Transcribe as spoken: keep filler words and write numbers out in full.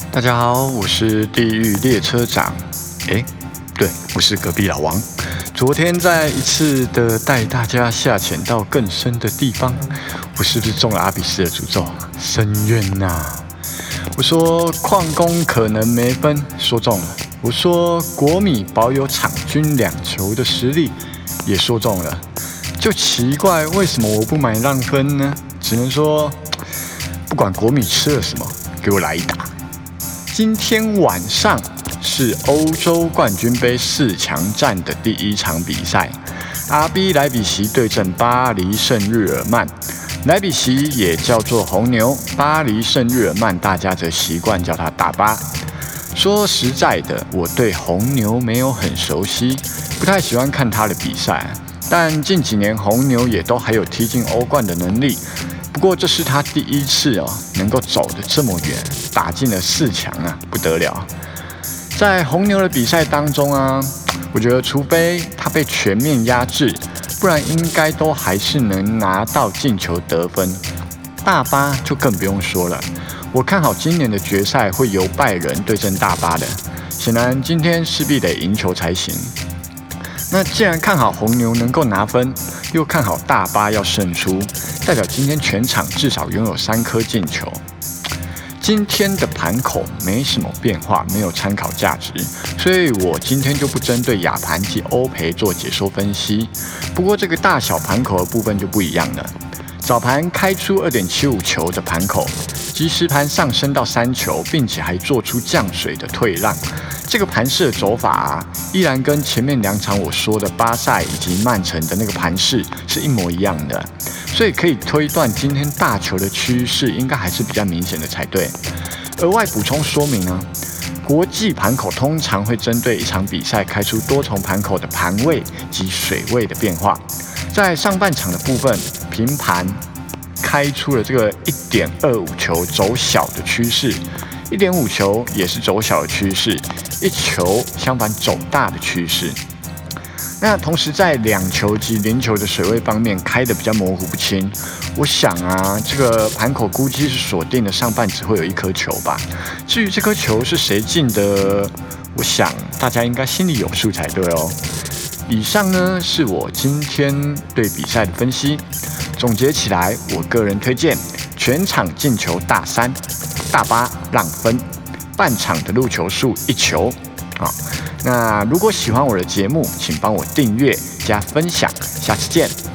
大家好，我是地狱列车长。诶，对，我是隔壁老王。昨天在一次的带大家下潜到更深的地方，我是不是中了阿比斯的诅咒？深渊呐、啊！我说矿工可能没分，说中了。我说国米保有场均两球的实力，也说中了。就奇怪为什么我不买让分呢？只能说，不管国米吃了什么，给我来一打。今天晚上是欧洲冠军杯四强战的第一场比赛 ，R B 莱比锡对阵巴黎圣日耳曼。莱比锡也叫做红牛，巴黎圣日耳曼大家则习惯叫它大巴。说实在的，我对红牛没有很熟悉，不太喜欢看他的比赛。但近几年红牛也都还有踢进欧冠的能力。不过这是他第一次哦，能够走得这么远，打进了四强啊，不得了！在红牛的比赛当中啊，我觉得除非他被全面压制，不然应该都还是能拿到进球得分。大巴就更不用说了，我看好今年的决赛会由拜仁对阵大巴的，显然今天势必得赢球才行。那既然看好红牛能够拿分，又看好大巴要胜出，代表今天全场至少拥有三颗进球。今天的盘口没什么变化，没有参考价值，所以我今天就不针对亚盘及欧赔做解说分析。不过这个大小盘口的部分就不一样了。早盘开出 二点七五 球的盘口，即时盘上升到三球，并且还做出降水的退让。这个盘势的走法啊，依然跟前面两场我说的巴萨以及曼城的那个盘势是一模一样的，所以可以推断今天大球的趋势应该还是比较明显的才对。额外补充说明呢，国际盘口通常会针对一场比赛开出多重盘口的盘位及水位的变化。在上半场的部分，平盘开出了这个 一点二五 球走小的趋势， 一点五 球也是走小的趋势，一球相反走大的趋势。那同时在两球及零球的水位方面开得比较模糊不清。我想啊，这个盘口估计是锁定的上半只会有一颗球吧。至于这颗球是谁进的，我想大家应该心里有数才对哦。以上呢是我今天对比赛的分析，总结起来，我个人推荐全场进球大三，大巴让分，半场的入球数一球。好，那如果喜欢我的节目，请帮我订阅加分享，下次见。